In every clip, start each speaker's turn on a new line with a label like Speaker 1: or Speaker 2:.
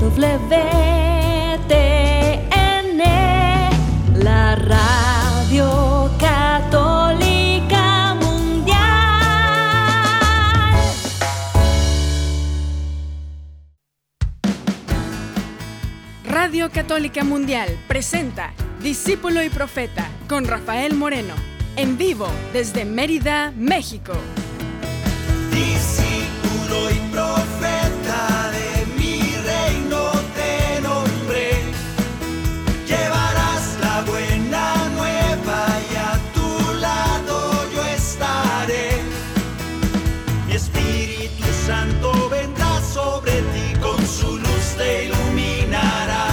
Speaker 1: WTN, la Radio Católica Mundial.
Speaker 2: Radio Católica Mundial presenta Discípulo y Profeta con Rafael Moreno, en vivo desde Mérida, México.
Speaker 3: Discípulo y profeta de mi reino te nombré, llevarás la buena nueva y a tu lado yo estaré. Mi Espíritu Santo vendrá sobre ti, con su luz te iluminará.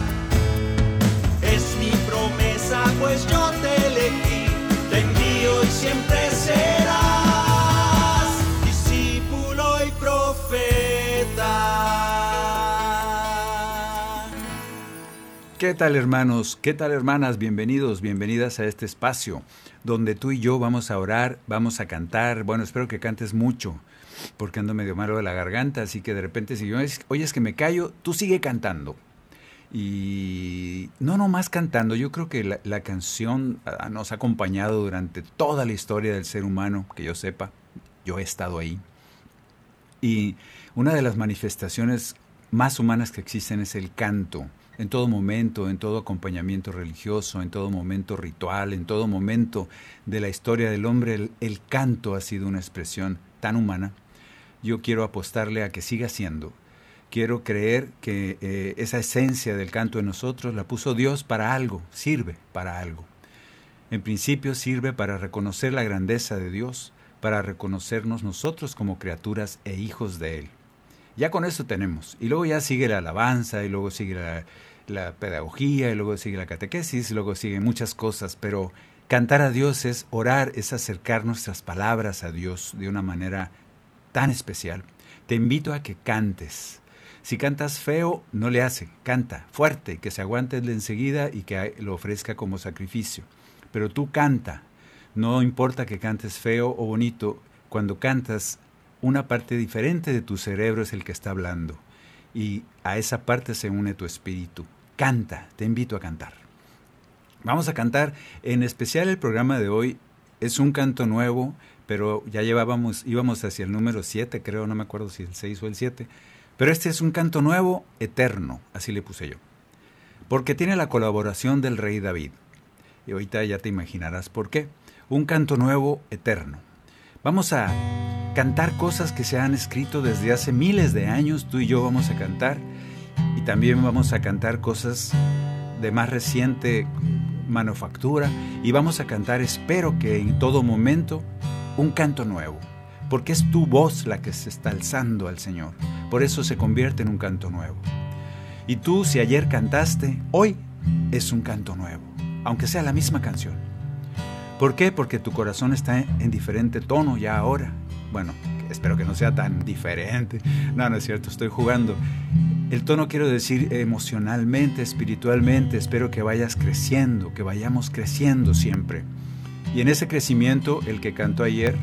Speaker 3: Es mi promesa, pues yo te elegí, te envío y siempre serás discípulo y profeta.
Speaker 4: ¿Qué tal, hermanos? ¿Qué tal, hermanas? Bienvenidos, bienvenidas a este espacio donde tú y yo vamos a orar, vamos a cantar. Bueno, espero que cantes mucho, porque ando medio malo de la garganta, así que de repente si yo oyes que me callo, tú sigue cantando. Y no nomás cantando, yo creo que la canción nos ha acompañado durante toda la historia del ser humano, que yo sepa, yo he estado ahí. Y una de las manifestaciones más humanas que existen es el canto. En todo momento, en todo acompañamiento religioso, en todo momento ritual, en todo momento de la historia del hombre, el canto ha sido una expresión tan humana. Yo quiero apostarle a que siga siendo. Quiero creer que esa esencia del canto en nosotros la puso Dios para algo, sirve para algo. En principio sirve para reconocer la grandeza de Dios, para reconocernos nosotros como criaturas e hijos de Él. Ya con eso tenemos. Y luego ya sigue la alabanza, y luego sigue la pedagogía, y luego sigue la catequesis, y luego siguen muchas cosas. Pero cantar a Dios es orar, es acercar nuestras palabras a Dios de una manera tan especial. Te invito a que cantes. Si cantas feo, no le hace. Canta fuerte, que se aguante de enseguida y que lo ofrezca como sacrificio. Pero tú canta. No importa que cantes feo o bonito. Cuando cantas, una parte diferente de tu cerebro es el que está hablando. Y a esa parte se une tu espíritu. Canta, te invito a cantar. Vamos a cantar, en especial el programa de hoy es un canto nuevo, pero ya íbamos hacia el número 7, creo, no me acuerdo si el 6 o el 7. Pero este es un canto nuevo, eterno, así le puse yo. Porque tiene la colaboración del rey David. Y ahorita ya te imaginarás por qué. Un canto nuevo, eterno. Vamos a cantar cosas que se han escrito desde hace miles de años. Tú y yo vamos a cantar. Y también vamos a cantar cosas de más reciente manufactura. Y vamos a cantar, espero que en todo momento, un canto nuevo. Porque es tu voz la que se está alzando al Señor. Por eso se convierte en un canto nuevo. Y tú, si ayer cantaste, hoy es un canto nuevo, aunque sea la misma canción. ¿Por qué? Porque tu corazón está en diferente tono ya ahora. Bueno, espero que no sea tan diferente. No es cierto, estoy jugando. El tono quiero decir emocionalmente, espiritualmente. Espero que vayas creciendo, que vayamos creciendo siempre. Y en ese crecimiento, el que cantó ayer,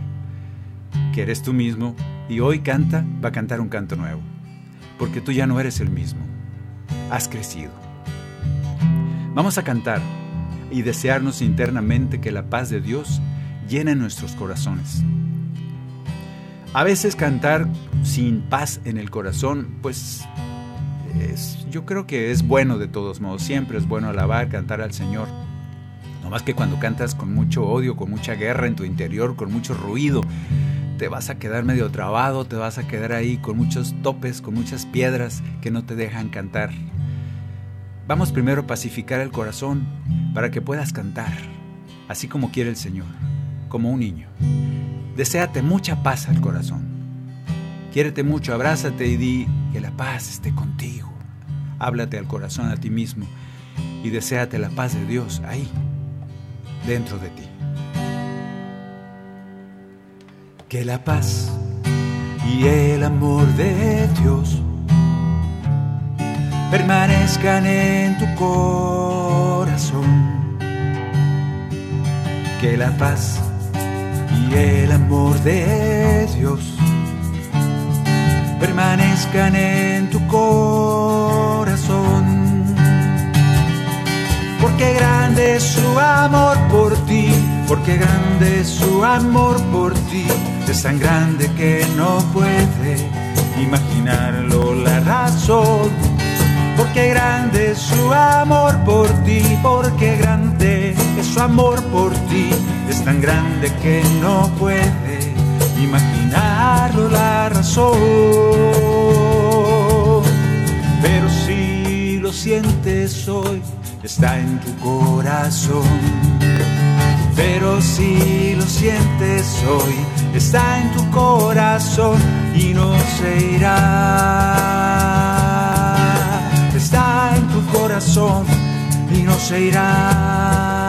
Speaker 4: que eres tú mismo, y hoy va a cantar un canto nuevo, porque tú ya no eres el mismo, has crecido. Vamos a cantar y desearnos internamente que la paz de Dios llene nuestros corazones. A veces cantar sin paz en el corazón, pues yo creo que es bueno de todos modos, siempre es bueno alabar, cantar al Señor. No más que cuando cantas con mucho odio, con mucha guerra en tu interior, con mucho ruido, te vas a quedar medio trabado, te vas a quedar ahí con muchos topes, con muchas piedras que no te dejan cantar. Vamos primero a pacificar el corazón para que puedas cantar, así como quiere el Señor, como un niño. Deséate mucha paz al corazón. Quiérete mucho, abrázate y di que la paz esté contigo. Háblate al corazón a ti mismo y deséate la paz de Dios ahí, dentro de ti. Que la paz y el amor de Dios permanezcan en tu corazón. Que la paz y el amor de Dios permanezcan en tu corazón. grande es su amor por ti, porque grande es su amor por ti, es tan grande que no puede imaginarlo la razón. Porque grande es su amor por ti, porque grande es su amor por ti, es tan grande que no puede imaginarlo la razón. Pero si lo sientes hoy, está en tu corazón. Pero si lo sientes hoy, está en tu corazón y no se irá. Está en tu corazón y no se irá.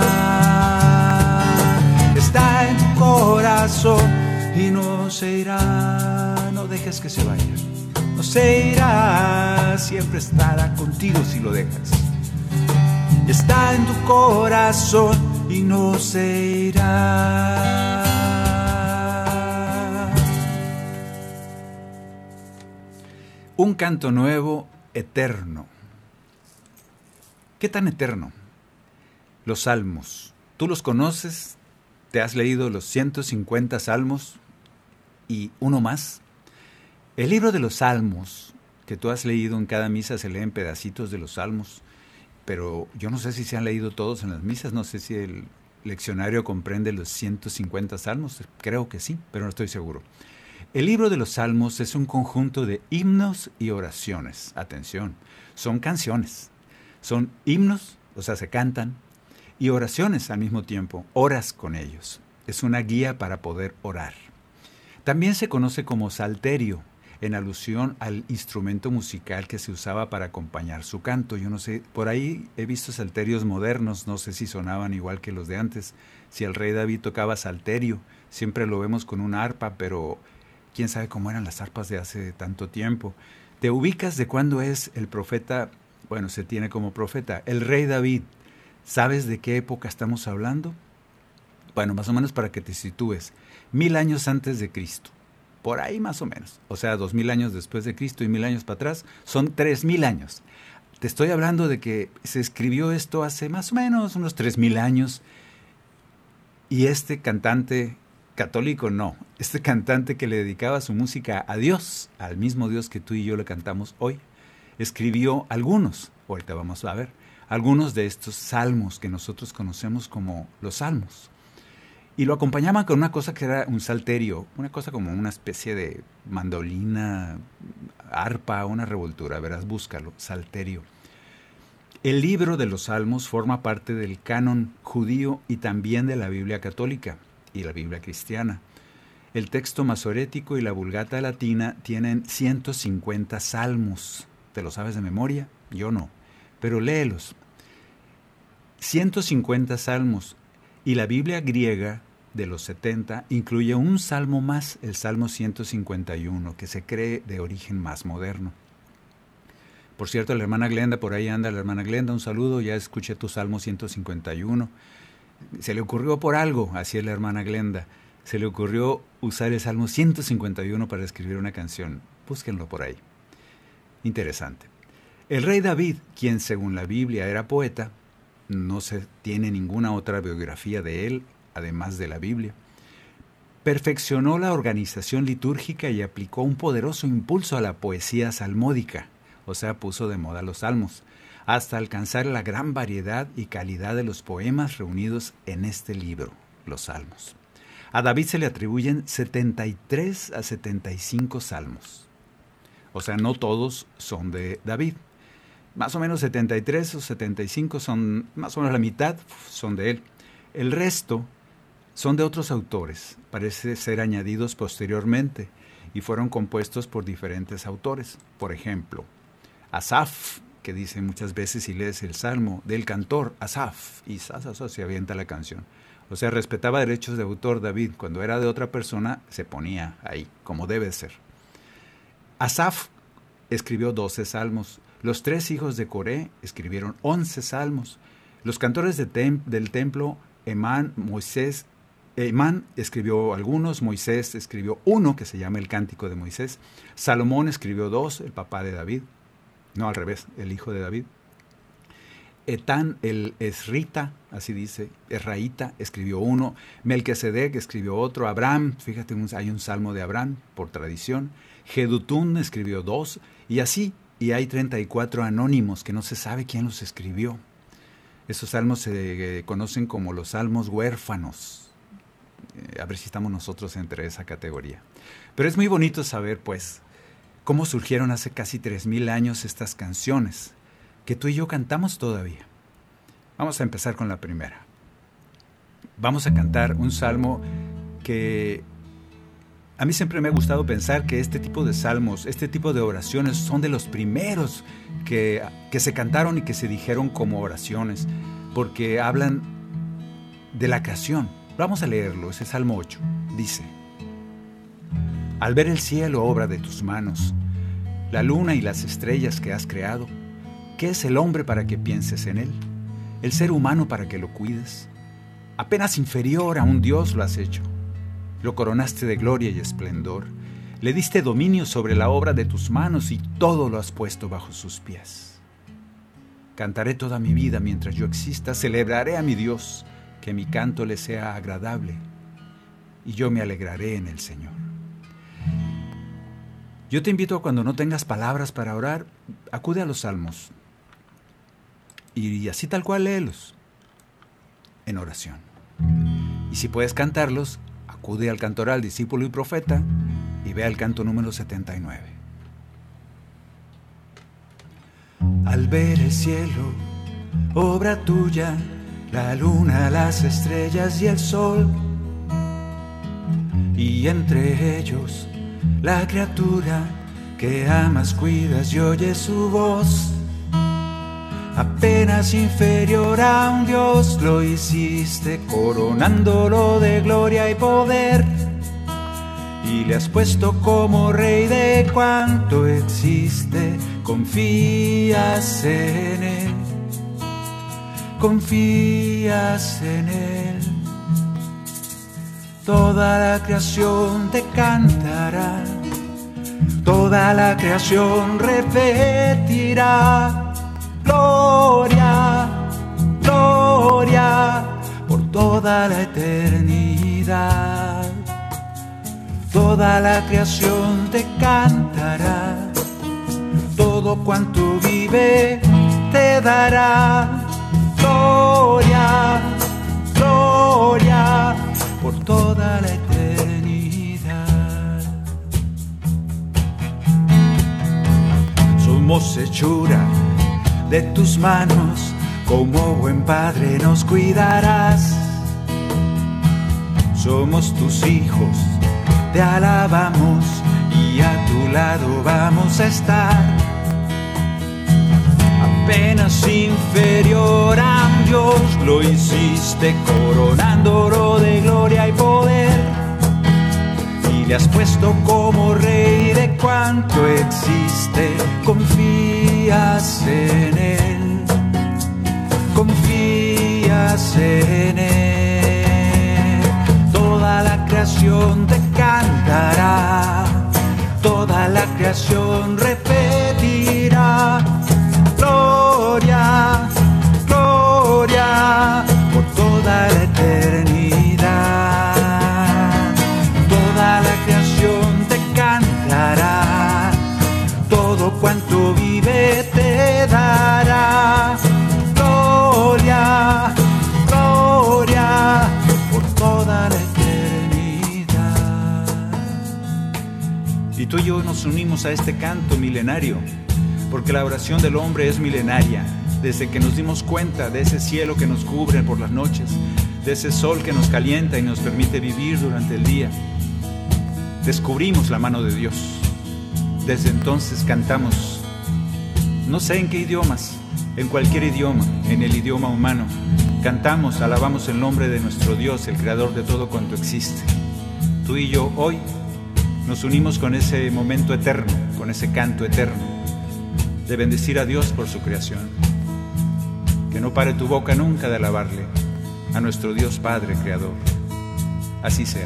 Speaker 4: Está en tu corazón y no se irá. No dejes que se vaya. No se irá. Siempre estará contigo si lo dejas. Está en tu corazón y no se irá. Un canto nuevo, eterno. ¿Qué tan eterno? Los salmos. ¿Tú los conoces? ¿Te has leído los 150 salmos y uno más? El libro de los salmos que tú has leído en cada misa, se leen pedacitos de los salmos, pero yo no sé si se han leído todos en las misas, no sé si el leccionario comprende los 150 salmos, creo que sí, pero no estoy seguro. El libro de los salmos es un conjunto de himnos y oraciones. Atención, son canciones. Son himnos, o sea, se cantan, y oraciones al mismo tiempo, oras con ellos. Es una guía para poder orar. También se conoce como salterio, en alusión al instrumento musical que se usaba para acompañar su canto. Yo no sé, por ahí he visto salterios modernos, no sé si sonaban igual que los de antes. Si el rey David tocaba salterio, siempre lo vemos con una arpa, pero quién sabe cómo eran las arpas de hace tanto tiempo. ¿Te ubicas de cuándo es el profeta? Bueno, se tiene como profeta el rey David. ¿Sabes de qué época estamos hablando? Bueno, más o menos para que te sitúes. 1000 años antes de Cristo. Por ahí más o menos. O sea, 2000 años después de Cristo y 1000 años para atrás son 3000 años. Te estoy hablando de que se escribió esto hace más o menos unos 3000 años. Y este cantante católico, no. Este cantante que le dedicaba su música a Dios, al mismo Dios que tú y yo le cantamos hoy, escribió algunos, ahorita vamos a ver, algunos de estos salmos que nosotros conocemos como los salmos. Y lo acompañaban con una cosa que era un salterio, una cosa como una especie de mandolina, arpa, una revoltura, verás, búscalo, salterio. El libro de los salmos forma parte del canon judío y también de la Biblia católica y la Biblia cristiana. El texto masorético y la Vulgata latina tienen 150 salmos. ¿Te lo sabes de memoria? Yo no, pero léelos. 150 salmos. Y la Biblia griega de los 70 incluye un salmo más, el Salmo 151, que se cree de origen más moderno. Por cierto, la hermana Glenda, por ahí anda la hermana Glenda, un saludo, ya escuché tu Salmo 151. Se le ocurrió por algo, así es la hermana Glenda, se le ocurrió usar el Salmo 151 para escribir una canción. Búsquenlo por ahí. Interesante. El rey David, quien según la Biblia era poeta, no se tiene ninguna otra biografía de él, además de la Biblia, perfeccionó la organización litúrgica y aplicó un poderoso impulso a la poesía salmódica, o sea, puso de moda los salmos, hasta alcanzar la gran variedad y calidad de los poemas reunidos en este libro, los salmos. A David se le atribuyen 73 a 75 salmos. O sea, no todos son de David. Más o menos 73 o 75 son, más o menos la mitad son de él. El resto son de otros autores, parece ser añadidos posteriormente y fueron compuestos por diferentes autores. Por ejemplo, Asaf, que dice muchas veces si lees el salmo del cantor Asaf, y se avienta la canción. O sea, respetaba derechos de autor David. Cuando era de otra persona, se ponía ahí, como debe ser. Asaf escribió 12 salmos. Los 3 hijos de Coré escribieron 11 salmos. Los cantores del templo, Emán escribió algunos, Moisés escribió uno, que se llama el Cántico de Moisés. Salomón escribió 2, el papá de David. No, al revés, el hijo de David. Etán el Esrita, así dice, Esraíta, escribió uno. Melquisedec escribió otro. Abraham, fíjate, hay un salmo de Abraham, por tradición. Jedutún escribió 2, y así, y hay 34 anónimos que no se sabe quién los escribió. Esos salmos se conocen como los salmos huérfanos. A ver si estamos nosotros entre esa categoría. Pero es muy bonito saber, pues, cómo surgieron hace casi 3000 años estas canciones, que tú y yo cantamos todavía. Vamos a empezar con la primera. Vamos a cantar un salmo que a mí siempre me ha gustado pensar que este tipo de salmos, este tipo de oraciones son de los primeros que se cantaron y que se dijeron como oraciones, porque hablan de la creación. Vamos a leerlo, ese Salmo 8. Dice: al ver el cielo, obra de tus manos, la luna y las estrellas que has creado, ¿qué es el hombre para que pienses en él? ¿El ser humano para que lo cuides? Apenas inferior a un Dios lo has hecho. Lo coronaste de gloria y esplendor. Le diste dominio sobre la obra de tus manos y todo lo has puesto bajo sus pies. Cantaré toda mi vida mientras yo exista, celebraré a mi Dios, que mi canto le sea agradable, y yo me alegraré en el Señor. Yo te invito a, cuando no tengas palabras para orar, acude a los salmos y así tal cual léelos en oración. Y si puedes cantarlos, acude al cantoral Discípulo y Profeta y ve al canto número 79. Al ver el cielo, obra tuya, la luna, las estrellas y el sol, y entre ellos la criatura que amas, cuidas y oyes su voz. Apenas inferior a un Dios lo hiciste, coronándolo de gloria y poder, y le has puesto como rey de cuanto existe. Confías en él, confías en él. Toda la creación te cantará, toda la creación repetirá: gloria, gloria, por toda la eternidad. Toda la creación te cantará, todo cuanto vive te dará. Gloria, gloria, por toda la eternidad. Somos hechura de tus manos, como buen padre nos cuidarás. Somos tus hijos, te alabamos y a tu lado vamos a estar. Apenas inferior a un Dios lo hiciste, coronándolo de gloria y poder, y le has puesto como rey de cuanto existe. Confías en él, confías en él. Toda la creación te cantará, toda la creación repetirá: gloria, gloria, por toda la eternidad. Toda la creación te cantará, todo cuanto vive te dará. Gloria, gloria, por toda la eternidad. Y tú y yo nos unimos a este canto milenario, porque la oración del hombre es milenaria. Desde que nos dimos cuenta de ese cielo que nos cubre por las noches, de ese sol que nos calienta y nos permite vivir durante el día, descubrimos la mano de Dios. Desde entonces cantamos, no sé en qué idiomas, en cualquier idioma, en el idioma humano, cantamos, alabamos el nombre de nuestro Dios, el creador de todo cuanto existe. Tú y yo hoy nos unimos con ese momento eterno, con ese canto eterno, de bendecir a Dios por su creación. Que no pare tu boca nunca de alabarle, a nuestro Dios Padre Creador. Así sea.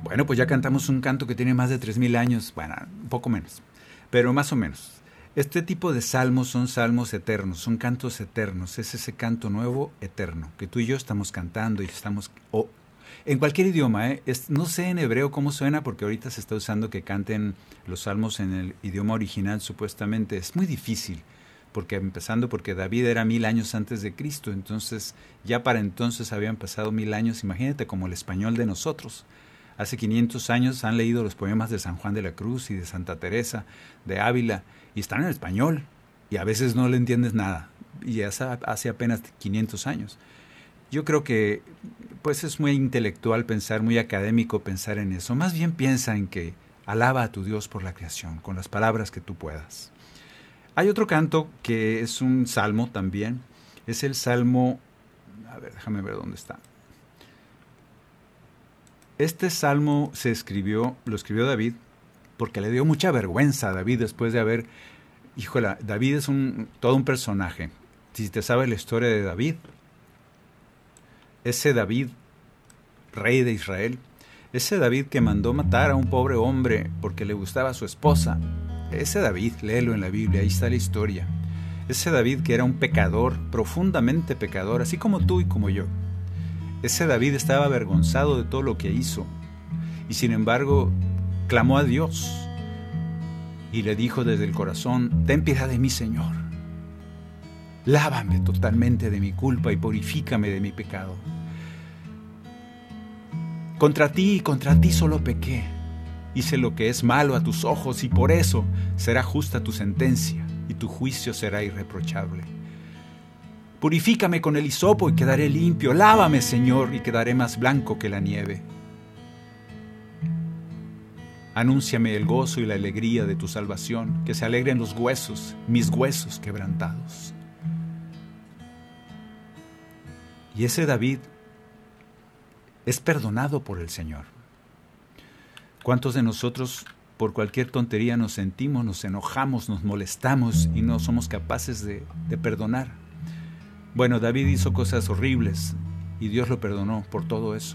Speaker 4: Bueno, pues ya cantamos un canto que tiene más de 3,000 años, bueno, un poco menos, pero más o menos. Este tipo de salmos son salmos eternos, son cantos eternos, es ese canto nuevo eterno, que tú y yo estamos cantando y estamos... en cualquier idioma, no sé en hebreo cómo suena, porque ahorita se está usando que canten los salmos en el idioma original, supuestamente. Es muy difícil, porque David era 1000 años antes de Cristo, entonces ya para entonces habían pasado 1000 años, imagínate como el español de nosotros. Hace 500 años han leído los poemas de San Juan de la Cruz y de Santa Teresa de Ávila, y están en español, y a veces no le entiendes nada, y hace apenas 500 años. Yo creo que pues es muy intelectual pensar, muy académico pensar en eso. Más bien piensa en que alaba a tu Dios por la creación, con las palabras que tú puedas. Hay otro canto que es un salmo también, es el salmo, a ver, déjame ver dónde está. Este salmo lo escribió David, porque le dio mucha vergüenza a David después de haber... Híjole, David es todo un personaje. Si te sabes la historia de David, ese David, rey de Israel, ese David que mandó matar a un pobre hombre porque le gustaba a su esposa, ese David, léelo en la Biblia, ahí está la historia. Ese David que era un pecador, profundamente pecador, así como tú y como yo. Ese David estaba avergonzado de todo lo que hizo, y sin embargo clamó a Dios y le dijo desde el corazón: ten piedad de mí, Señor, lávame totalmente de mi culpa y purifícame de mi pecado. Contra ti y contra ti solo pequé, hice lo que es malo a tus ojos, y por eso será justa tu sentencia y tu juicio será irreprochable. Purifícame con el hisopo y quedaré limpio, lávame, Señor, y quedaré más blanco que la nieve. Anúnciame el gozo y la alegría de tu salvación, que se alegren los huesos, mis huesos quebrantados. Y ese David es perdonado por el Señor. ¿Cuántos de nosotros por cualquier tontería nos sentimos, nos enojamos, nos molestamos y no somos capaces de perdonar? Bueno, David hizo cosas horribles y Dios lo perdonó por todo eso.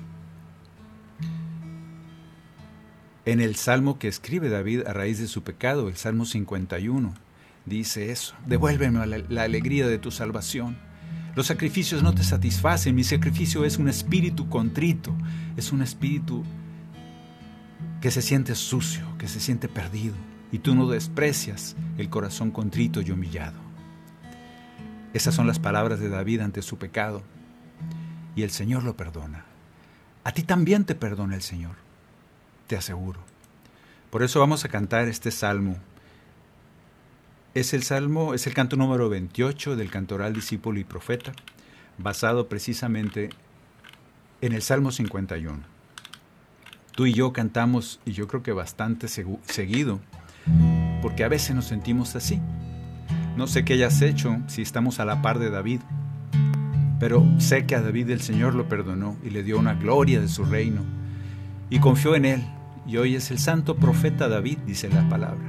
Speaker 4: En el salmo que escribe David a raíz de su pecado, el Salmo 51, dice eso: devuélveme la alegría de tu salvación. Los sacrificios no te satisfacen, mi sacrificio es un espíritu contrito, es un espíritu que se siente sucio, que se siente perdido, y tú no desprecias el corazón contrito y humillado. Esas son las palabras de David ante su pecado, y el Señor lo perdona. A ti también te perdona el Señor, te aseguro. Por eso vamos a cantar este salmo. Es el canto número 28 del Cantoral Discípulo y Profeta, basado precisamente en el Salmo 51. Tú y yo cantamos, y yo creo que bastante seguido, porque a veces nos sentimos así. No sé qué hayas hecho, si estamos a la par de David, pero sé que a David el Señor lo perdonó y le dio una gloria de su reino, y confió en él, y hoy es el santo profeta David, dice la palabra.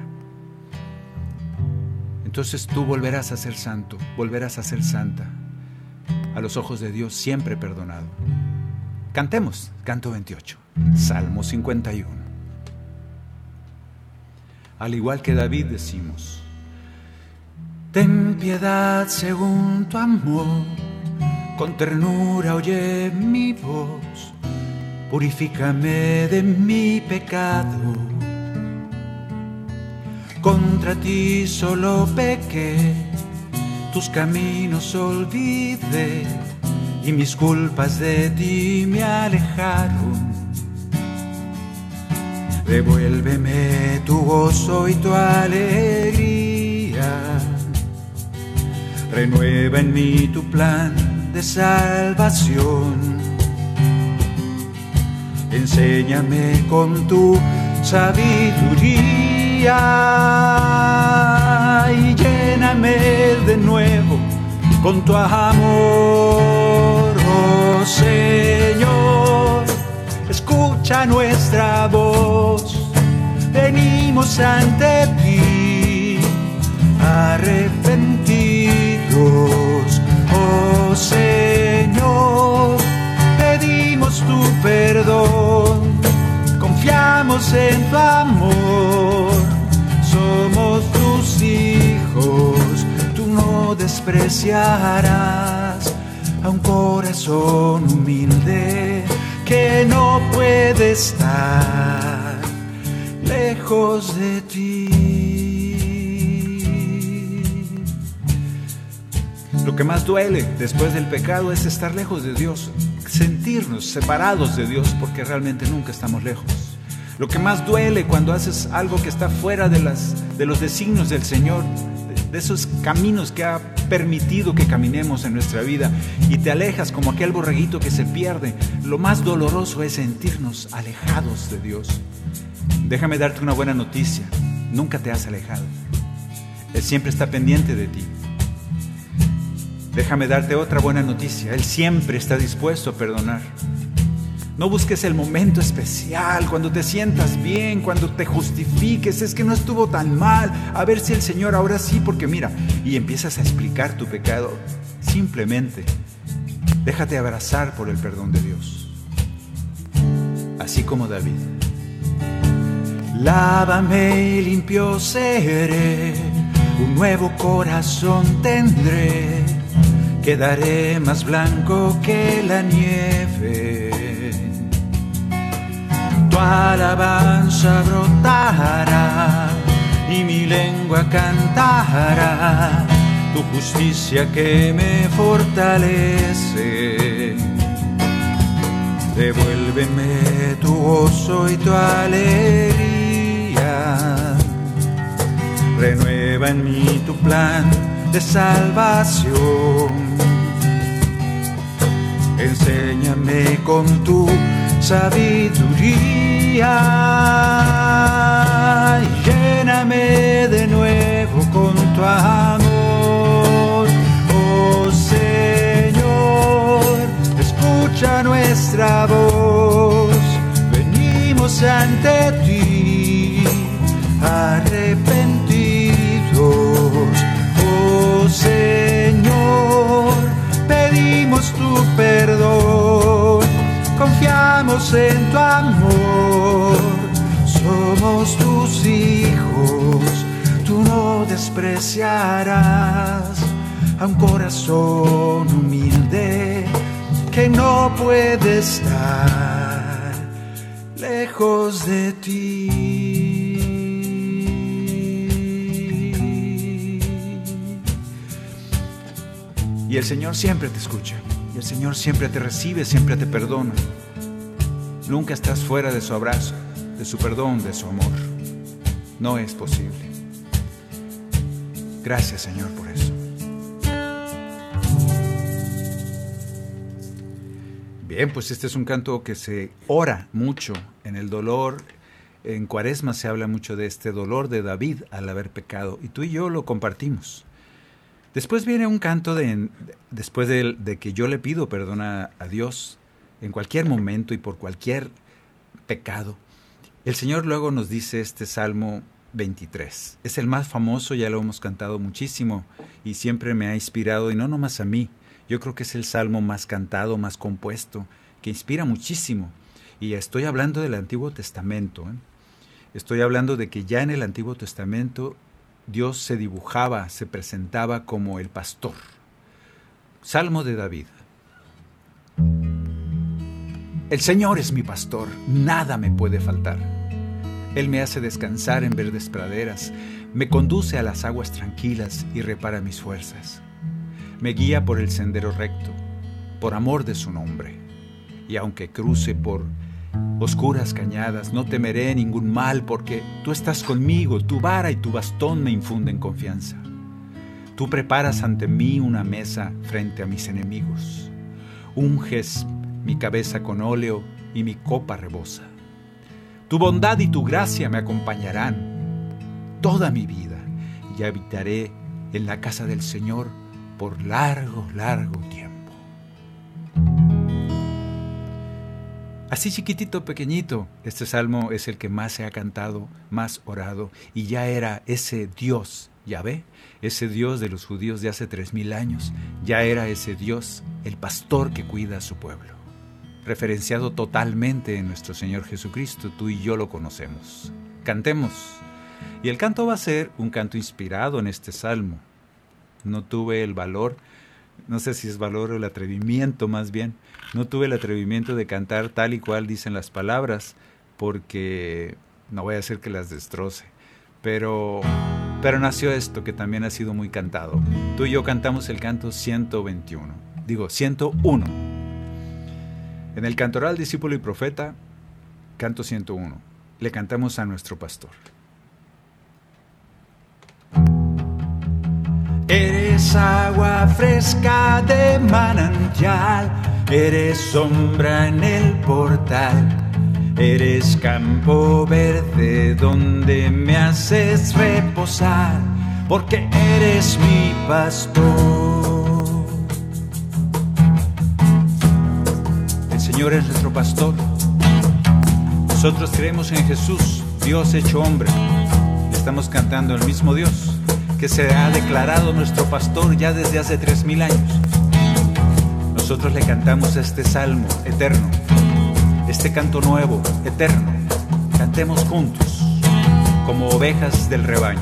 Speaker 4: Entonces tú volverás a ser santo, volverás a ser santa, a los ojos de Dios siempre perdonado. Cantemos, canto 28, Salmo 51. Al igual que David decimos: ten piedad según tu amor, con ternura oye mi voz, purifícame de mi pecado. Contra ti solo pequé, tus caminos olvidé, y mis culpas de ti me alejaron. Devuélveme tu gozo y tu alegría, renueva en mí tu plan de salvación. Enséñame con tu sabiduría y lléname de nuevo con tu amor, oh Señor. Escucha nuestra voz, venimos ante ti arrepentidos, oh Señor. Pedimos tu perdón, con
Speaker 3: Confiamos en tu amor, somos tus hijos, tú no despreciarás a un corazón humilde que no puede estar lejos de ti. Lo que más duele después del pecado es estar lejos de Dios, sentirnos separados de Dios, porque realmente nunca estamos lejos. Lo que más duele cuando haces algo que está fuera de los designios del Señor, de esos caminos que ha permitido que caminemos en nuestra vida, y te alejas como aquel borreguito que se pierde. Lo más doloroso es sentirnos alejados de Dios. Déjame darte una buena noticia: nunca te has alejado. Él siempre está pendiente de ti. Déjame darte otra buena noticia: Él siempre está dispuesto a perdonar. No busques el momento especial, cuando te sientas bien, cuando te justifiques, es que no estuvo tan mal, a ver si el Señor ahora sí, porque mira, y empiezas a explicar tu pecado. Simplemente déjate abrazar por el perdón de Dios, así como David. Lávame y limpio seré, un nuevo corazón tendré, quedaré más blanco que la nieve. Tu alabanza brotará y mi lengua cantará tu justicia que me fortalece. Devuélveme tu gozo y tu alegría, renueva en mí tu plan de salvación. Enséñame con tu sabiduría y lléname de nuevo con tu amor. Oh Señor, escucha nuestra voz, venimos ante ti arrepentidos. Oh Señor, pedimos tu perdón, confiamos en tu amor, somos tus hijos, tú no despreciarás a un corazón humilde que no puede estar lejos de ti. Y el Señor siempre te escucha, y el Señor siempre te recibe, siempre te perdona. Nunca estás fuera de su abrazo, de su perdón, de su amor. No es posible. Gracias, Señor, por eso. Bien, pues este es un canto que se ora mucho en el dolor. En Cuaresma se habla mucho de este dolor de David al haber pecado, y tú y yo lo compartimos. Después viene un canto después de que yo le pido perdón a Dios en cualquier momento y por cualquier pecado. El Señor luego nos dice este Salmo 23. Es el más famoso, ya lo hemos cantado muchísimo y siempre me ha inspirado, y no nomás a mí. Yo creo que es el salmo más cantado, más compuesto, que inspira muchísimo. Y estoy hablando del Antiguo Testamento, ¿eh? Estoy hablando de que ya en el Antiguo Testamento Dios se dibujaba, se presentaba como el pastor. Salmo de David. El Señor es mi pastor, nada me puede faltar. Él me hace descansar en verdes praderas, me conduce a las aguas tranquilas y repara mis fuerzas. Me guía por el sendero recto, por amor de su nombre. Y aunque cruce por oscuras cañadas, no temeré ningún mal, porque tú estás conmigo, tu vara y tu bastón me infunden confianza. Tú preparas ante mí una mesa frente a mis enemigos. Unges mi cabeza con óleo y mi copa rebosa. Tu bondad y tu gracia me acompañarán toda mi vida, y habitaré en la casa del Señor por largo, largo tiempo. Así chiquitito, pequeñito, este salmo es el que más se ha cantado, más orado, y ya era ese Dios, Yahvé, ese Dios de los judíos de hace 3000 años, ya era ese Dios, el pastor que cuida a su pueblo.
Speaker 4: referenciado totalmente en nuestro Señor Jesucristo. Tú y yo lo conocemos. Cantemos. Y el canto va a ser un canto inspirado en este salmo. No tuve el valor, no sé si es valor o el atrevimiento más bien, no tuve el atrevimiento de cantar tal y cual dicen las palabras, porque no voy a hacer que las destroce. Pero nació esto que también ha sido muy cantado. Tú y yo cantamos el canto 101. En el Cantoral Discípulo y Profeta, canto 101, le cantamos a nuestro pastor.
Speaker 3: Eres agua fresca de manantial, eres sombra en el portal. Eres campo verde donde me haces reposar, porque eres mi pastor. El Señor es nuestro pastor. Nosotros creemos en Jesús, Dios hecho hombre. Estamos cantando al mismo Dios que se ha declarado nuestro pastor ya desde hace 3000 años. Nosotros le cantamos este salmo eterno, este canto nuevo, eterno. Cantemos juntos, como ovejas del rebaño.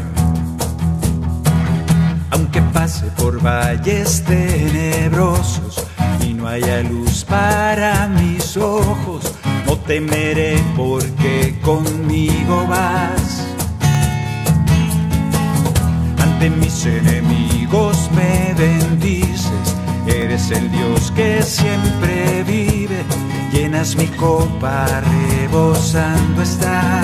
Speaker 3: Aunque pase por valles tenebrosos y no haya luz para mis ojos, no temeré porque conmigo vas. Ante mis enemigos me bendices, eres el Dios que siempre vive. Llenas mi copa, rebosando está.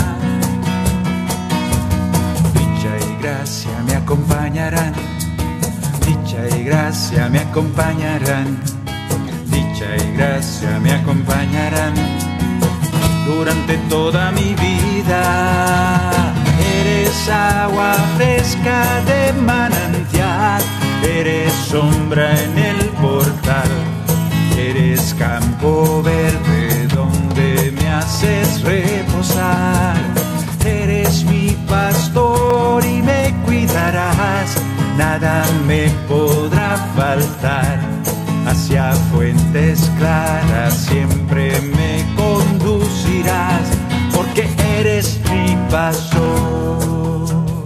Speaker 3: Dicha y gracia me acompañarán, dicha y gracia me acompañarán, dicha y gracia me acompañarán durante toda mi vida. Eres agua fresca de manantial, eres sombra en el portal. Eres campo verde donde me haces reposar. Eres mi pastor y me cuidarás. Nada me podrá faltar. Hacia fuentes claras siempre me conducirás, porque eres mi pastor.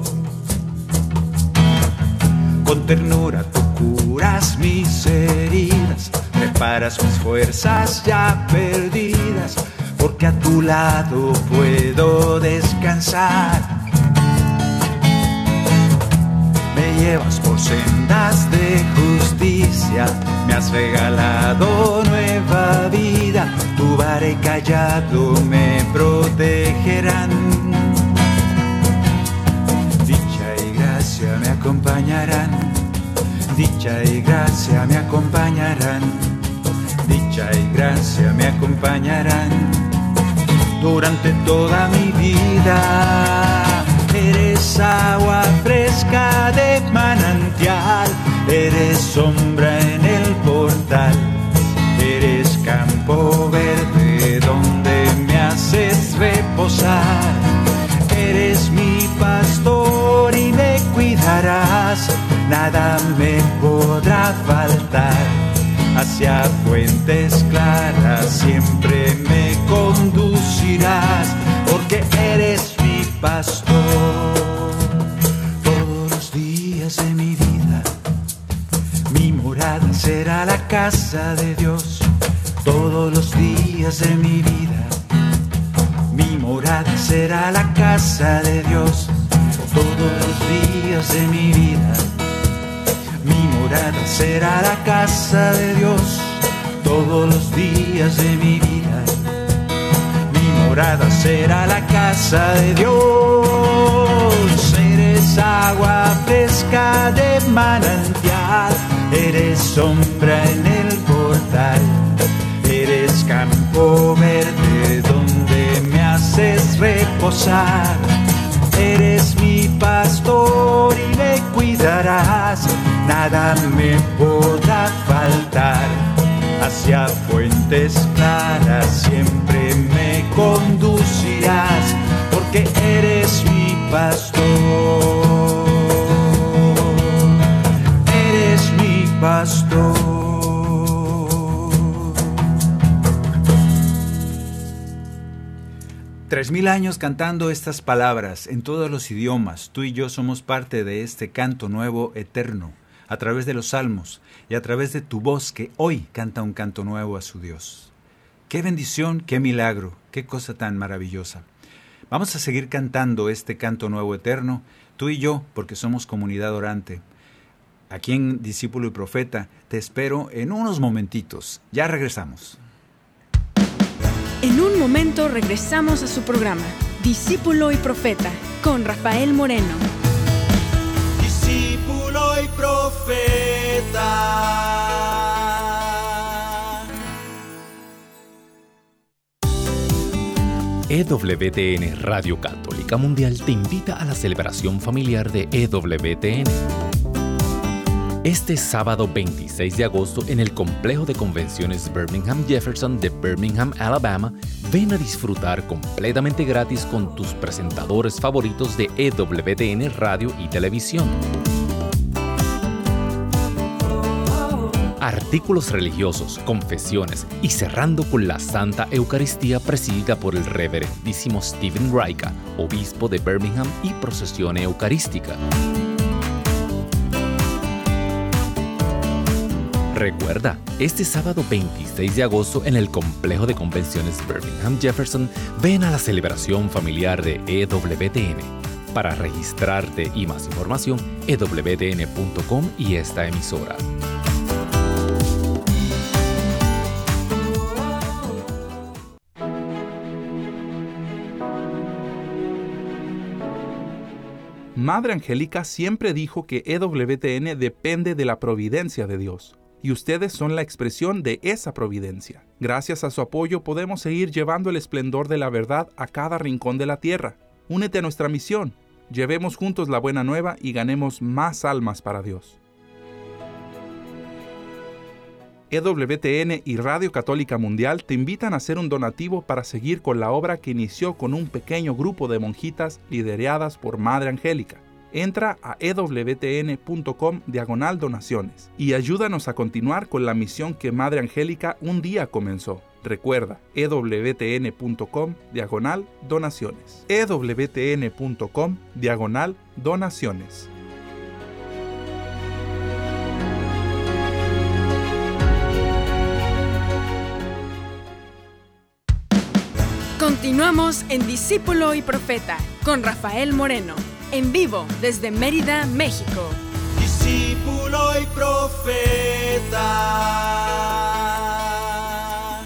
Speaker 3: Con ternura tú curas mis heridas, reparas mis fuerzas ya perdidas, porque a tu lado puedo descansar. Me llevas por sendas de justicia, me has regalado nueva vida, tu vara y callado me protegerán. Dicha y gracia me acompañarán, dicha y gracia me acompañarán, dicha y gracia me acompañarán durante toda mi vida. Eres agua fresca de manantial, eres sombra en el portal, eres campo verde donde me haces reposar. Eres mi pastor y me cuidarás, nada me podrá faltar. Hacia fuentes claras siempre me conducirás, porque eres mi pastor. Todos los días de mi vida, mi morada será la casa de Dios. Todos los días de mi vida, mi morada será la casa de Dios. Todos los días de mi vida, mi morada será la casa de Dios. Todos los días de mi vida, mi morada será la casa de Dios. Eres agua fresca de manantial, eres sombra en el portal, eres campo verde donde me haces reposar. Eres mi pastor y me cuidarás, nada me podrá faltar. Hacia fuentes claras siempre me conducirás, porque eres mi pastor. Eres mi pastor.
Speaker 4: 3000 años cantando estas palabras en todos los idiomas. Tú y yo somos parte de este canto nuevo eterno, a través de los salmos y a través de tu voz que hoy canta un canto nuevo a su Dios. ¡Qué bendición, qué milagro, qué cosa tan maravillosa! Vamos a seguir cantando este canto nuevo eterno, tú y yo, porque somos comunidad orante. Aquí en Discípulo y Profeta te espero en unos momentitos. Ya regresamos.
Speaker 2: En un momento regresamos a su programa, Discípulo y Profeta, con Rafael Moreno.
Speaker 3: Discípulo y Profeta.
Speaker 5: EWTN Radio Católica Mundial te invita a la celebración familiar de EWTN. Este sábado 26 de agosto en el Complejo de Convenciones Birmingham Jefferson de Birmingham, Alabama, ven a disfrutar completamente gratis con tus presentadores favoritos de EWTN Radio y Televisión. Artículos religiosos, confesiones y cerrando con la Santa Eucaristía presidida por el reverendísimo Stephen Raika, obispo de Birmingham, y procesión eucarística. Recuerda, este sábado 26 de agosto en el Complejo de Convenciones Birmingham Jefferson, ven a la celebración familiar de EWTN. Para registrarte y más información, ewtn.com y esta emisora.
Speaker 6: Madre Angélica siempre dijo que EWTN depende de la providencia de Dios, y ustedes son la expresión de esa providencia. Gracias a su apoyo podemos seguir llevando el esplendor de la verdad a cada rincón de la tierra. Únete a nuestra misión, llevemos juntos la buena nueva y ganemos más almas para Dios. EWTN y Radio Católica Mundial te invitan a hacer un donativo para seguir con la obra que inició con un pequeño grupo de monjitas lideradas por Madre Angélica. Entra a ewtn.com/donaciones y ayúdanos a continuar con la misión que Madre Angélica un día comenzó. Recuerda, ewtn.com/donaciones. ewtn.com/donaciones.
Speaker 2: Continuamos en Discípulo y Profeta con Rafael Moreno, en vivo desde Mérida, México.
Speaker 3: Discípulo y Profeta.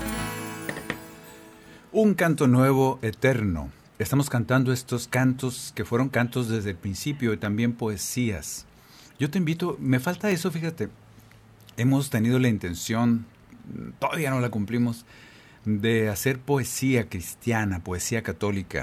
Speaker 4: Un canto nuevo eterno. Estamos cantando estos cantos que fueron cantos desde el principio y también poesías. Yo te invito, me falta eso, fíjate. Hemos tenido la intención, todavía no la cumplimos, de hacer poesía cristiana, poesía católica.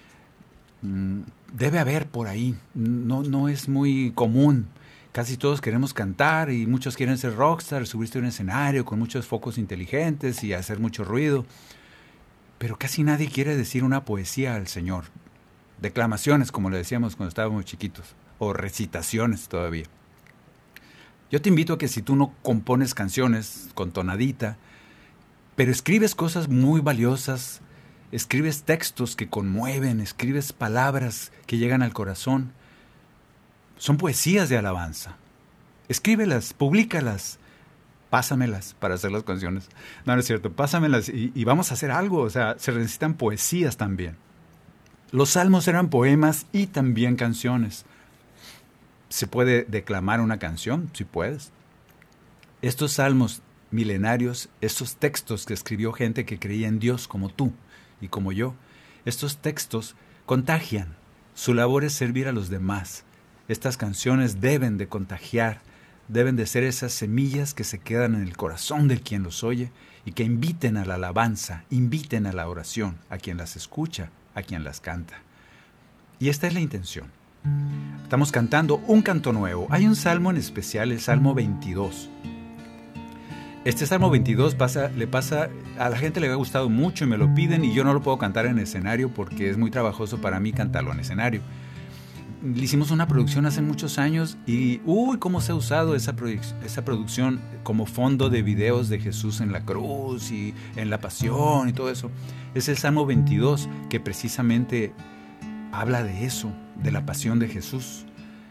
Speaker 4: Debe haber por ahí, no es muy común. Casi todos queremos cantar y muchos quieren ser rockstar, subirse a un escenario con muchos focos inteligentes y hacer mucho ruido. Pero casi nadie quiere decir una poesía al Señor. Declamaciones, como le decíamos cuando estábamos chiquitos, o recitaciones todavía. Yo te invito a que si tú no compones canciones con tonadita, pero escribes cosas muy valiosas, escribes textos que conmueven, escribes palabras que llegan al corazón. Son poesías de alabanza. Escríbelas, públicalas, pásamelas para hacer las canciones. No es cierto, pásamelas y vamos a hacer algo. O sea, se necesitan poesías también. Los salmos eran poemas y también canciones. ¿Se puede declamar una canción? Sí puedes. Estos salmos milenarios, estos textos que escribió gente que creía en Dios como tú y como yo, estos textos contagian. Su labor es servir a los demás. Estas canciones deben de contagiar, deben de ser esas semillas que se quedan en el corazón del quien los oye y que inviten a la alabanza, inviten a la oración, a quien las escucha, a quien las canta. Y esta es la intención. Estamos cantando un canto nuevo. Hay un salmo en especial, el Salmo 22. Este Salmo 22 le pasa, a la gente le ha gustado mucho y me lo piden y yo no lo puedo cantar en escenario porque es muy trabajoso para mí cantarlo en escenario. le hicimos una producción hace muchos años y cómo se ha usado esa producción como fondo de videos de Jesús en la cruz y en la pasión y todo eso. Es el Salmo 22 que precisamente habla de eso, de la pasión de Jesús.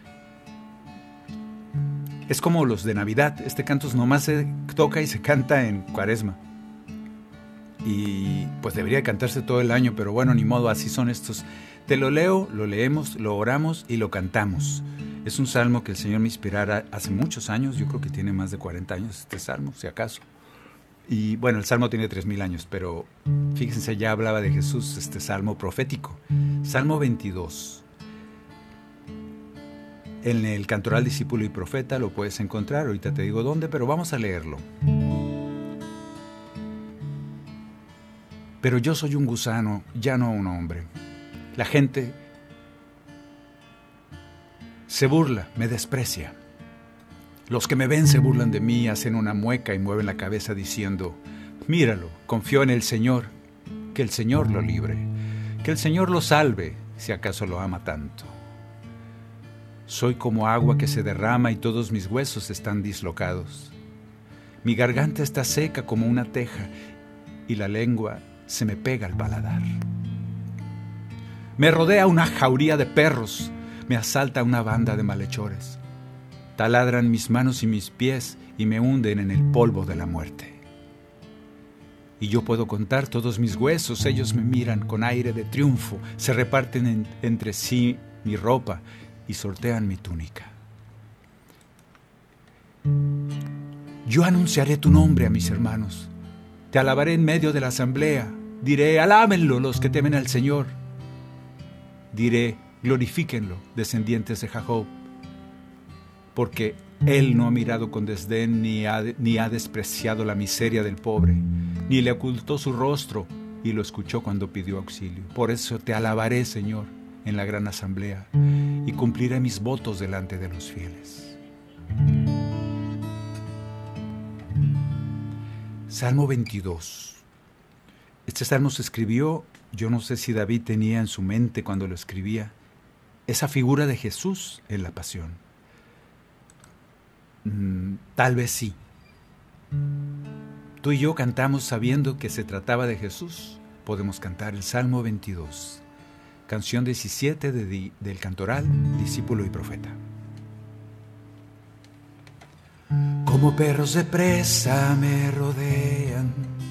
Speaker 4: Es como los de Navidad. Este canto nomás se toca y se canta en Cuaresma. Y pues debería cantarse todo el año, pero bueno, ni modo, así son estos. Te lo leo, lo leemos, lo oramos y lo cantamos. Es un salmo que el Señor me inspirara hace muchos años. Yo creo que tiene más de 40 años este salmo, si acaso. Y bueno, el salmo tiene 3000 años, pero fíjense, ya hablaba de Jesús este salmo profético. Salmo 22. En el Cantoral Discípulo y Profeta lo puedes encontrar, ahorita te digo dónde, pero vamos a leerlo. Pero yo soy un gusano, ya no un hombre. La gente se burla, me desprecia. Los que me ven se burlan de mí, hacen una mueca y mueven la cabeza diciendo: míralo, confió en el Señor, que el Señor lo libre, que el Señor lo salve, si acaso lo ama tanto. Soy como agua que se derrama y todos mis huesos están dislocados. Mi garganta está seca como una teja y la lengua se me pega al paladar. Me rodea una jauría de perros, me asalta una banda de malhechores. Taladran mis manos y mis pies y me hunden en el polvo de la muerte. Y yo puedo contar todos mis huesos, ellos me miran con aire de triunfo, se reparten entre sí mi ropa y sortean mi túnica. Yo anunciaré tu nombre a mis hermanos, te alabaré en medio de la asamblea, diré: alábenlo los que temen al Señor. Diré: glorifíquenlo, descendientes de Jacob, porque Él no ha mirado con desdén ni ha despreciado la miseria del pobre, ni le ocultó su rostro y lo escuchó cuando pidió auxilio. Por eso te alabaré, Señor, en la gran asamblea y cumpliré mis votos delante de los fieles. Salmo 22. Este salmo se escribió, yo no sé si David tenía en su mente cuando lo escribía, esa figura de Jesús en la pasión. Tal vez sí. Tú y yo cantamos sabiendo que se trataba de Jesús. Podemos cantar el Salmo 22. Canción 17 del Cantoral, Discípulo y Profeta. Como perros de presa me rodean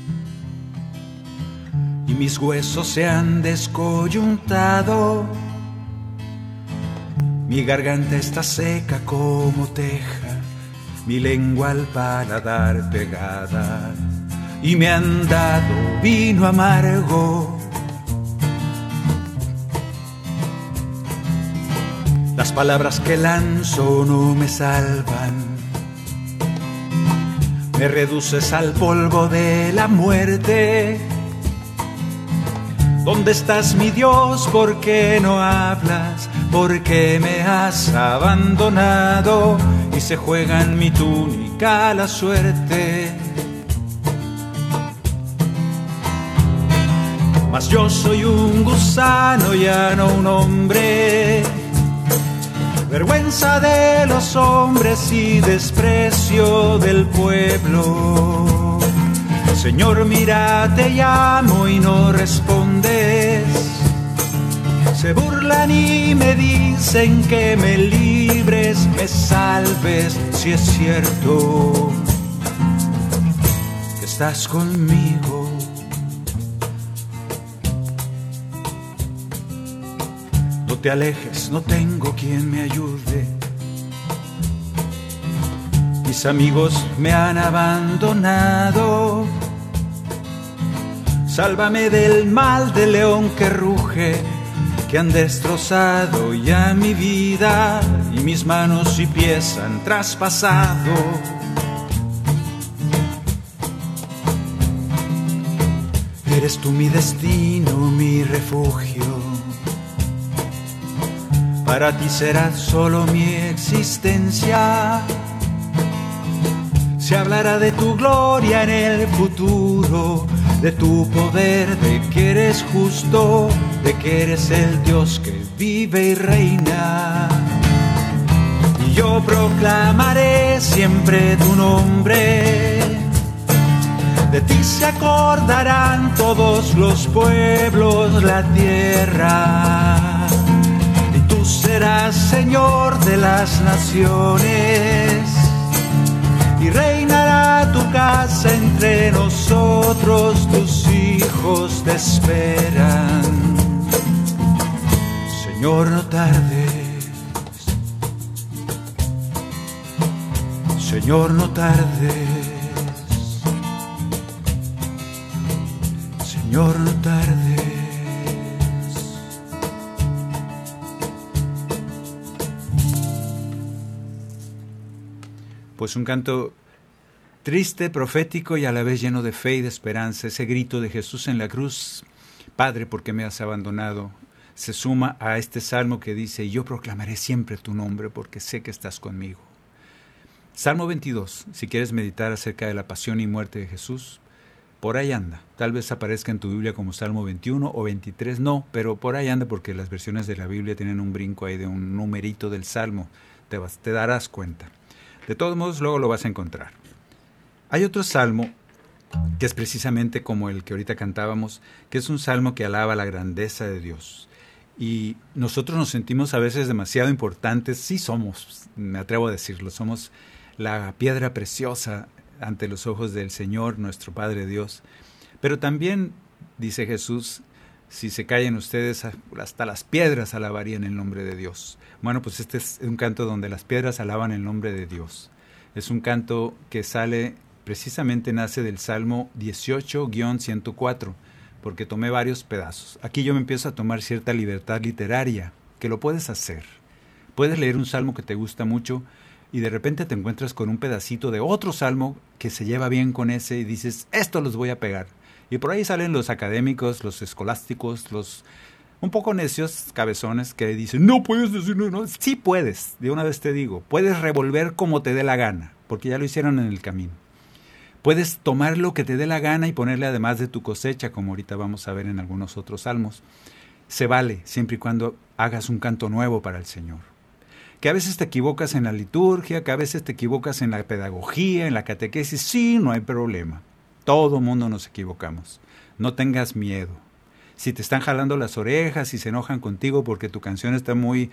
Speaker 4: y mis huesos se han descoyuntado. Mi garganta está seca como teja, mi lengua al paladar pegada, y me han dado vino amargo. Las palabras que lanzo no me salvan, me reduces al polvo de la muerte. ¿Dónde estás, mi Dios? ¿Por qué no hablas? ¿Por qué me has abandonado? Y se juega en mi túnica la suerte. Mas yo soy un gusano, ya no un hombre, vergüenza de los hombres y desprecio del pueblo. Señor, mira, te llamo y no respondes. Se burlan y me dicen que me libres, me salves, si es cierto que estás conmigo. No te alejes, no tengo quien me ayude. Mis amigos me han abandonado. Sálvame del mal del león que ruge, que han destrozado ya mi vida y mis manos y pies han traspasado. Eres tú mi destino, mi refugio. Para ti será solo mi existencia. Se hablará de tu gloria en el futuro, de tu poder, de que eres justo, de que eres el Dios que vive y reina. Y yo proclamaré siempre tu nombre. De ti se acordarán todos los pueblos, la tierra. Y tú serás Señor de las naciones. Y reinará tu casa entre nosotros, tus hijos te esperan. Señor, no tardes. Señor, no tardes. Señor, no tardes. Pues un canto triste, profético y a la vez lleno de fe y de esperanza. Ese grito de Jesús en la cruz, Padre, ¿por qué me has abandonado?, se suma a este salmo que dice, yo proclamaré siempre tu nombre porque sé que estás conmigo. Salmo 22, si quieres meditar acerca de la pasión y muerte de Jesús, por ahí anda. Tal vez aparezca en tu Biblia como Salmo 21 o 23, no, pero por ahí anda porque las versiones de la Biblia tienen un brinco ahí de un numerito del Salmo. Te darás cuenta. De todos modos, luego lo vas a encontrar. Hay otro salmo que es precisamente como el que ahorita cantábamos, que es un salmo que alaba la grandeza de Dios. Y nosotros nos sentimos a veces demasiado importantes. Sí somos, me atrevo a decirlo, somos la piedra preciosa ante los ojos del Señor, nuestro Padre Dios. Pero también, dice Jesús, si se callan ustedes, hasta las piedras alabarían el nombre de Dios. Bueno, pues este es un canto donde las piedras alaban el nombre de Dios. Es un canto que nace del Salmo 18-104, porque tomé varios pedazos. Aquí yo me empiezo a tomar cierta libertad literaria, que lo puedes hacer. Puedes leer un salmo que te gusta mucho y de repente te encuentras con un pedacito de otro salmo que se lleva bien con ese y dices, esto los voy a pegar. Y por ahí salen los académicos, los escolásticos, los un poco necios, cabezones, que dicen, no puedes decir no. Sí puedes, de una vez te digo, puedes revolver como te dé la gana, porque ya lo hicieron en el camino. Puedes tomar lo que te dé la gana y ponerle además de tu cosecha, como ahorita vamos a ver en algunos otros salmos. Se vale, siempre y cuando hagas un canto nuevo para el Señor. Que a veces te equivocas en la liturgia, que a veces te equivocas en la pedagogía, en la catequesis, sí, no hay problema. Todo mundo nos equivocamos. No tengas miedo. Si te están jalando las orejas y se enojan contigo porque tu canción está muy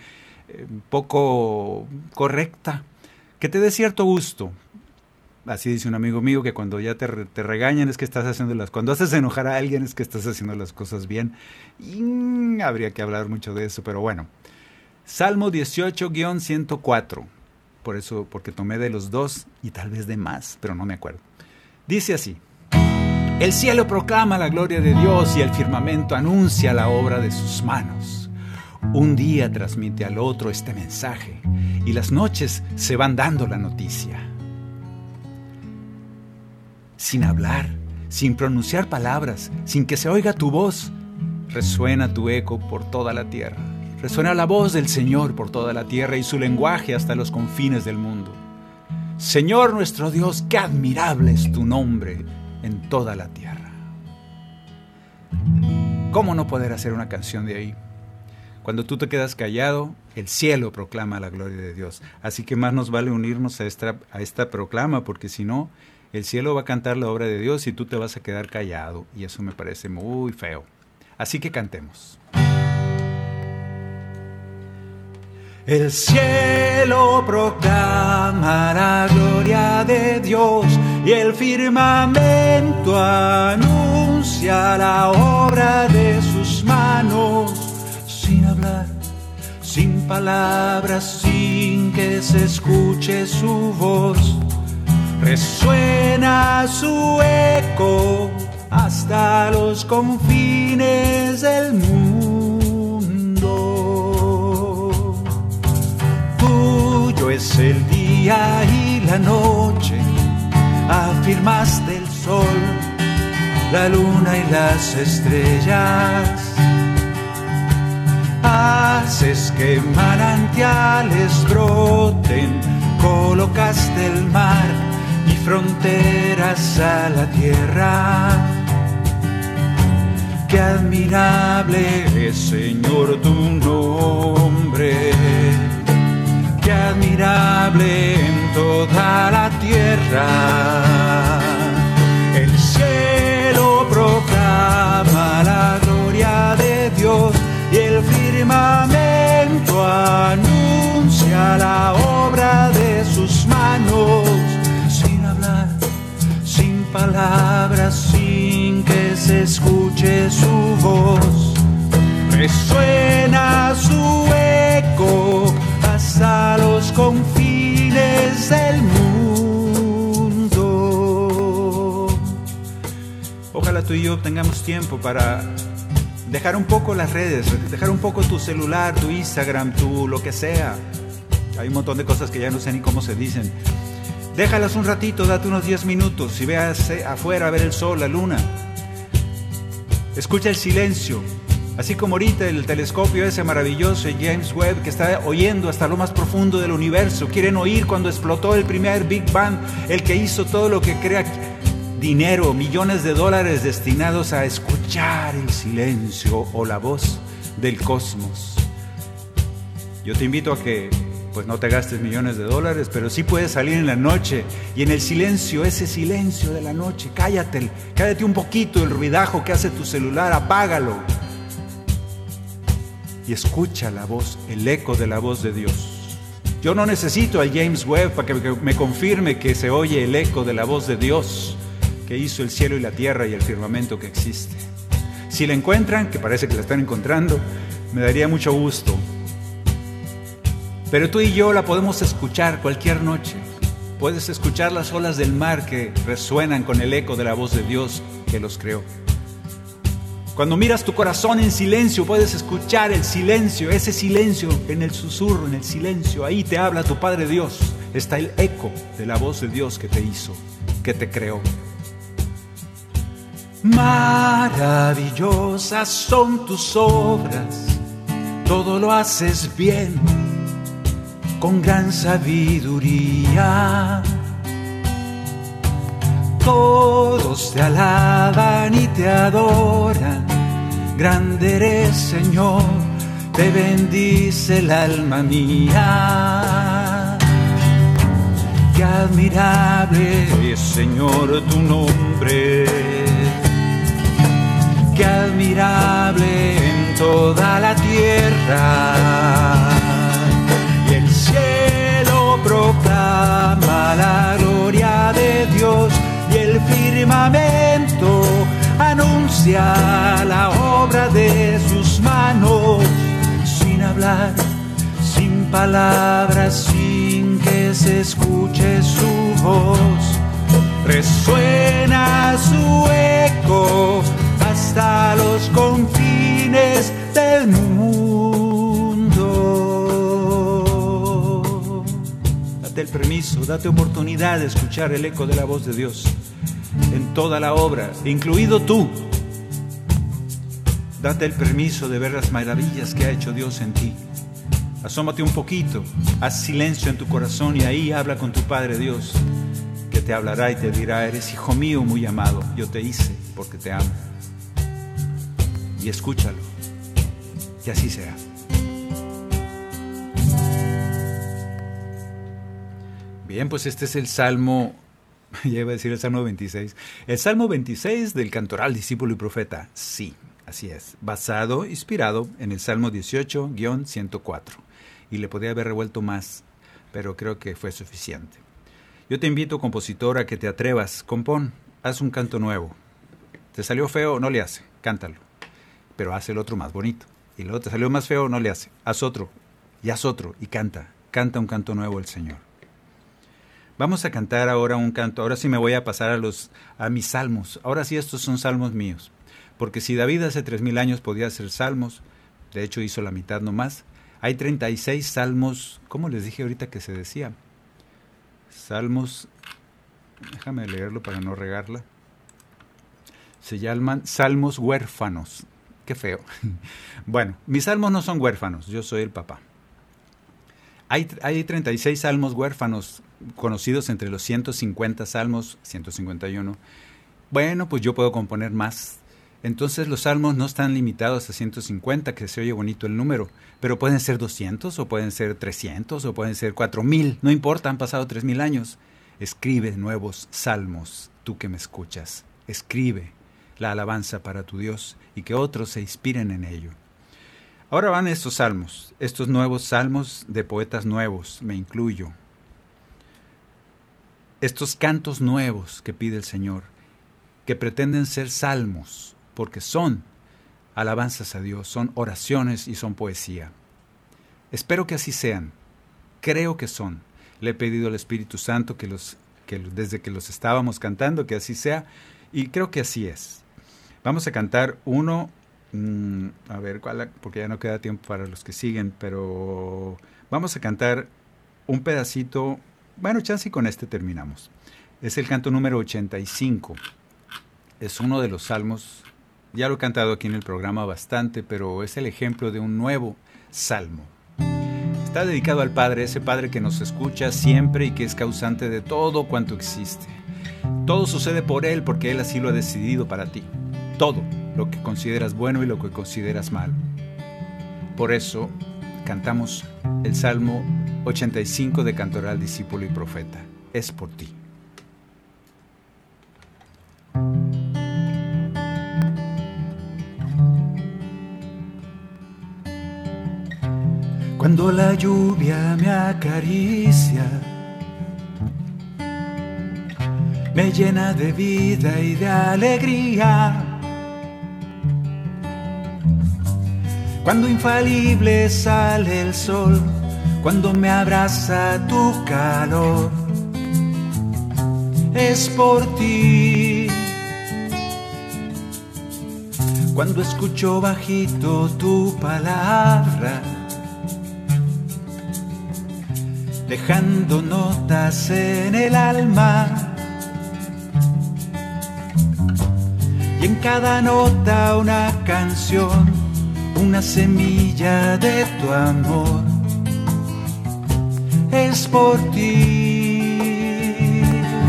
Speaker 4: poco correcta, que te dé cierto gusto. Así dice un amigo mío, que cuando ya te regañan es que estás cuando haces enojar a alguien es que estás haciendo las cosas bien. Y habría que hablar mucho de eso, pero bueno. Salmo 18-104. Por eso, porque tomé de los dos y tal vez de más, pero no me acuerdo. Dice así. El cielo proclama la gloria de Dios y el firmamento anuncia la obra de sus manos. Un día transmite al otro este mensaje y las noches se van dando la noticia. Sin hablar, sin pronunciar palabras, sin que se oiga tu voz, resuena tu eco por toda la tierra. Resuena la voz del Señor por toda la tierra y su lenguaje hasta los confines del mundo. Señor nuestro Dios, qué admirable es tu nombre en toda la tierra. ¿Cómo no poder hacer una canción de ahí? Cuando tú te quedas callado, el cielo proclama la gloria de Dios. Así que más nos vale unirnos a esta proclama, porque si no, el cielo va a cantar la obra de Dios y tú te vas a quedar callado. Y eso me parece muy feo. Así que cantemos. El cielo proclama la gloria de Dios y el firmamento anuncia la obra de sus manos. Sin hablar, sin palabras, sin que se escuche su voz, resuena su eco hasta los confines del mundo. Tuyo es el día y la noche, afirmaste el sol, la luna y las estrellas. Haces que manantiales broten, colocaste el mar y fronteras a la tierra. Qué admirable es, Señor, tu nombre. Qué admirable en toda la tierra. El cielo proclama la gloria de Dios y el firmamento anuncia la obra de sus manos. Sin hablar, sin palabras, sin que se escuche su voz, resuena su eco hasta los confines del mundo. Ojalá tú y yo tengamos tiempo para dejar un poco las redes, dejar un poco tu celular, tu Instagram, tu lo que sea. Hay un montón de cosas que ya no sé ni cómo se dicen. Déjalas un ratito, date unos 10 minutos y veas afuera a ver el sol, la luna. Escucha el silencio. Así como ahorita el telescopio ese maravilloso, James Webb, que está oyendo hasta lo más profundo del universo. Quieren oír cuando explotó el primer Big Bang, el que hizo todo lo que crea dinero, millones de dólares destinados a escuchar el silencio o la voz del cosmos. Yo te invito a que pues no te gastes millones de dólares, pero sí puedes salir en la noche y en el silencio, ese silencio de la noche, cállate un poquito el ruidajo que hace tu celular, apágalo y escucha la voz, el eco de la voz de Dios. Yo no necesito al James Webb para que me confirme que se oye el eco de la voz de Dios, que hizo el cielo y la tierra y el firmamento que existe. Si la encuentran, que parece que la están encontrando, me daría mucho gusto. Pero tú y yo la podemos escuchar cualquier noche. Puedes escuchar las olas del mar que resuenan con el eco de la voz de Dios que los creó. Cuando miras tu corazón en silencio, puedes escuchar el silencio, ese silencio en el susurro, en el silencio. Ahí te habla tu Padre Dios. Está el eco de la voz de Dios que te hizo, que te creó. Maravillosas son tus obras, todo lo haces bien, con gran sabiduría. Todos te alaban y te adoran, grande eres, Señor, te bendice el alma mía. Qué admirable es, Señor, tu nombre. Qué admirable en toda la tierra. Y el cielo proclama la gloria de Dios y el firmamento anuncia la obra de sus manos. Sin hablar, sin palabras, sin que se escuche su voz, resuena su eco hasta los confines del mundo. Date el permiso, date oportunidad de escuchar el eco de la voz de Dios en toda la obra, incluido tú. Date el permiso de ver las maravillas que ha hecho Dios en ti. Asómate un poquito, haz silencio en tu corazón y ahí habla con tu Padre Dios, que te hablará y te dirá: eres hijo mío muy amado, yo te hice porque te amo. Y escúchalo, y así sea. Bien, pues este es el Salmo, ya iba a decir el Salmo 26. El Salmo 26 del cantoral, discípulo y profeta. Sí, así es. Basado, inspirado en el Salmo 18-104. Y le podía haber revuelto más, pero creo que fue suficiente. Yo te invito, compositor, a que te atrevas. Compón, haz un canto nuevo. ¿Te salió feo? No le hace, cántalo. Pero haz el otro más bonito. Y luego te salió más feo, no le hace. Haz otro, y haz otro, y canta. Canta un canto nuevo el Señor. Vamos a cantar ahora un canto. Ahora sí me voy a pasar a mis salmos. Ahora sí estos son salmos míos. Porque si David hace 3000 años podía hacer salmos, de hecho hizo la mitad nomás, hay 36 salmos, ¿cómo les dije ahorita que se decía? Salmos, déjame leerlo para no regarla. Se llaman salmos huérfanos. Qué feo. Bueno, mis salmos no son huérfanos, yo soy el papá. Hay 36 salmos huérfanos conocidos entre los 150 salmos, 151. Bueno, pues yo puedo componer más. Entonces los salmos no están limitados a 150, que se oye bonito el número, pero pueden ser 200 o pueden ser 300 o pueden ser 4000, no importa, han pasado 3000 años. Escribe nuevos salmos, tú que me escuchas. Escribe la alabanza para tu Dios y que otros se inspiren en ello. Ahora van estos salmos, estos nuevos salmos de poetas nuevos, me incluyo. Estos cantos nuevos que pide el Señor, que pretenden ser salmos, porque son alabanzas a Dios, son oraciones y son poesía. Espero que así sean, creo que son. Le he pedido al Espíritu Santo que desde que los estábamos cantando, que así sea, y creo que así es. Vamos a cantar uno, a ver cuál, porque ya no queda tiempo para los que siguen, pero vamos a cantar un pedacito, bueno, chance y con este terminamos. Es el canto número 85, es uno de los salmos, ya lo he cantado aquí en el programa bastante, pero es el ejemplo de un nuevo salmo. Está dedicado al Padre, ese Padre que nos escucha siempre y que es causante de todo cuanto existe. Todo sucede por Él porque Él así lo ha decidido para ti. Todo lo que consideras bueno y lo que consideras malo. Por eso cantamos el Salmo 85 de Cantoral, Discípulo y Profeta. Es por ti.
Speaker 3: Cuando la lluvia me acaricia, me llena de vida y de alegría. Cuando infalible sale el sol, cuando me abraza tu calor, es por ti. Cuando escucho bajito tu palabra, dejando notas en el alma, y en cada nota una canción, una semilla de tu amor, es por ti,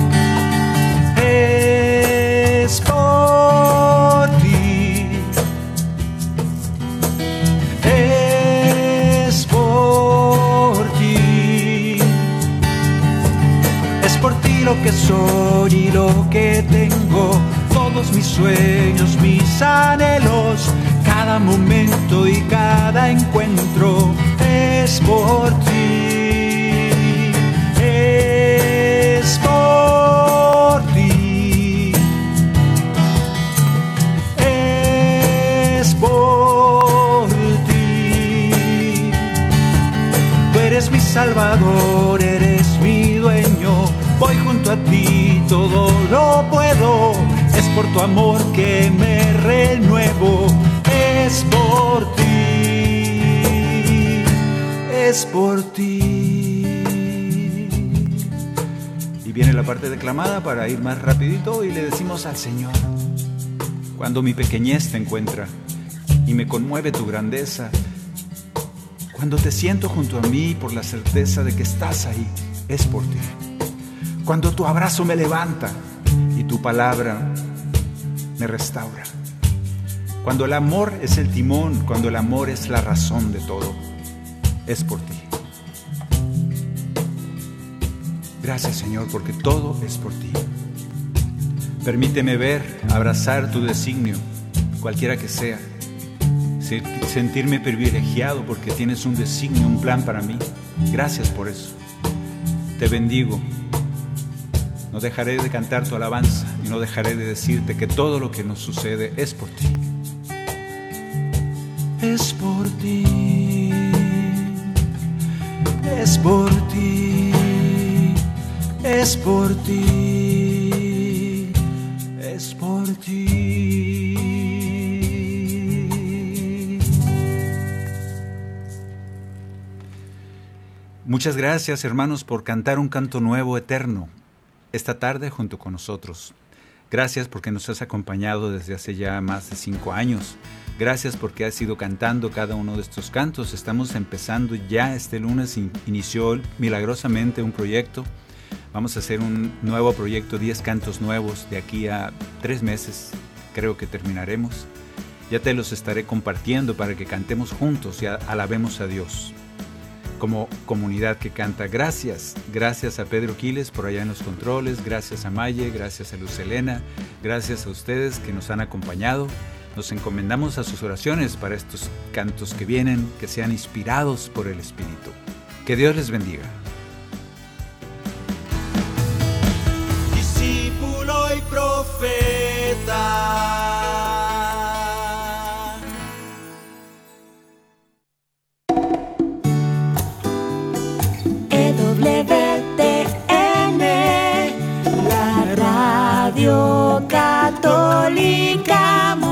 Speaker 3: es por ti, es por ti, es por ti lo que soy y lo que tengo, todos mis sueños, mis anhelos, cada momento y cada encuentro, es por ti, es por ti, es por ti. Tú eres mi Salvador, eres mi dueño, voy junto a ti, todo lo puedo, es por tu amor que me renuevo. Es por ti, es por ti.
Speaker 4: Y viene la parte declamada para ir más rapidito y le decimos al Señor: cuando mi pequeñez te encuentra y me conmueve tu grandeza, cuando te siento junto a mí por la certeza de que estás ahí, es por ti. Cuando tu abrazo me levanta y tu palabra me restaura. Cuando el amor es el timón, cuando el amor es la razón de todo, es por ti. Gracias, Señor, porque todo es por ti. Permíteme ver, abrazar tu designio, cualquiera que sea. Sentirme privilegiado porque tienes un designio, un plan para mí. Gracias por eso. Te bendigo. No dejaré de cantar tu alabanza y no dejaré de decirte que todo lo que nos sucede es por ti.
Speaker 3: Es por ti, es por ti, es por ti, es por ti.
Speaker 4: Muchas gracias, hermanos, por cantar un canto nuevo, eterno, esta tarde junto con nosotros. Gracias porque nos has acompañado desde hace ya más de 5 años. Gracias porque has ido cantando cada uno de estos cantos. Estamos empezando ya este lunes, inició milagrosamente un proyecto. Vamos a hacer un nuevo proyecto, 10 cantos nuevos de aquí a 3 meses. creo que terminaremos. Ya te los estaré compartiendo para que cantemos juntos y alabemos a Dios. Como comunidad que canta, gracias a Pedro Quiles por allá en los controles, gracias a Maye, gracias a Luz Elena, gracias a ustedes que nos han acompañado. Nos encomendamos a sus oraciones para estos cantos que vienen, que sean inspirados por el Espíritu. Que Dios les bendiga.
Speaker 3: Discípulo y profeta.
Speaker 1: EWTN, la Radio Católica Mundial.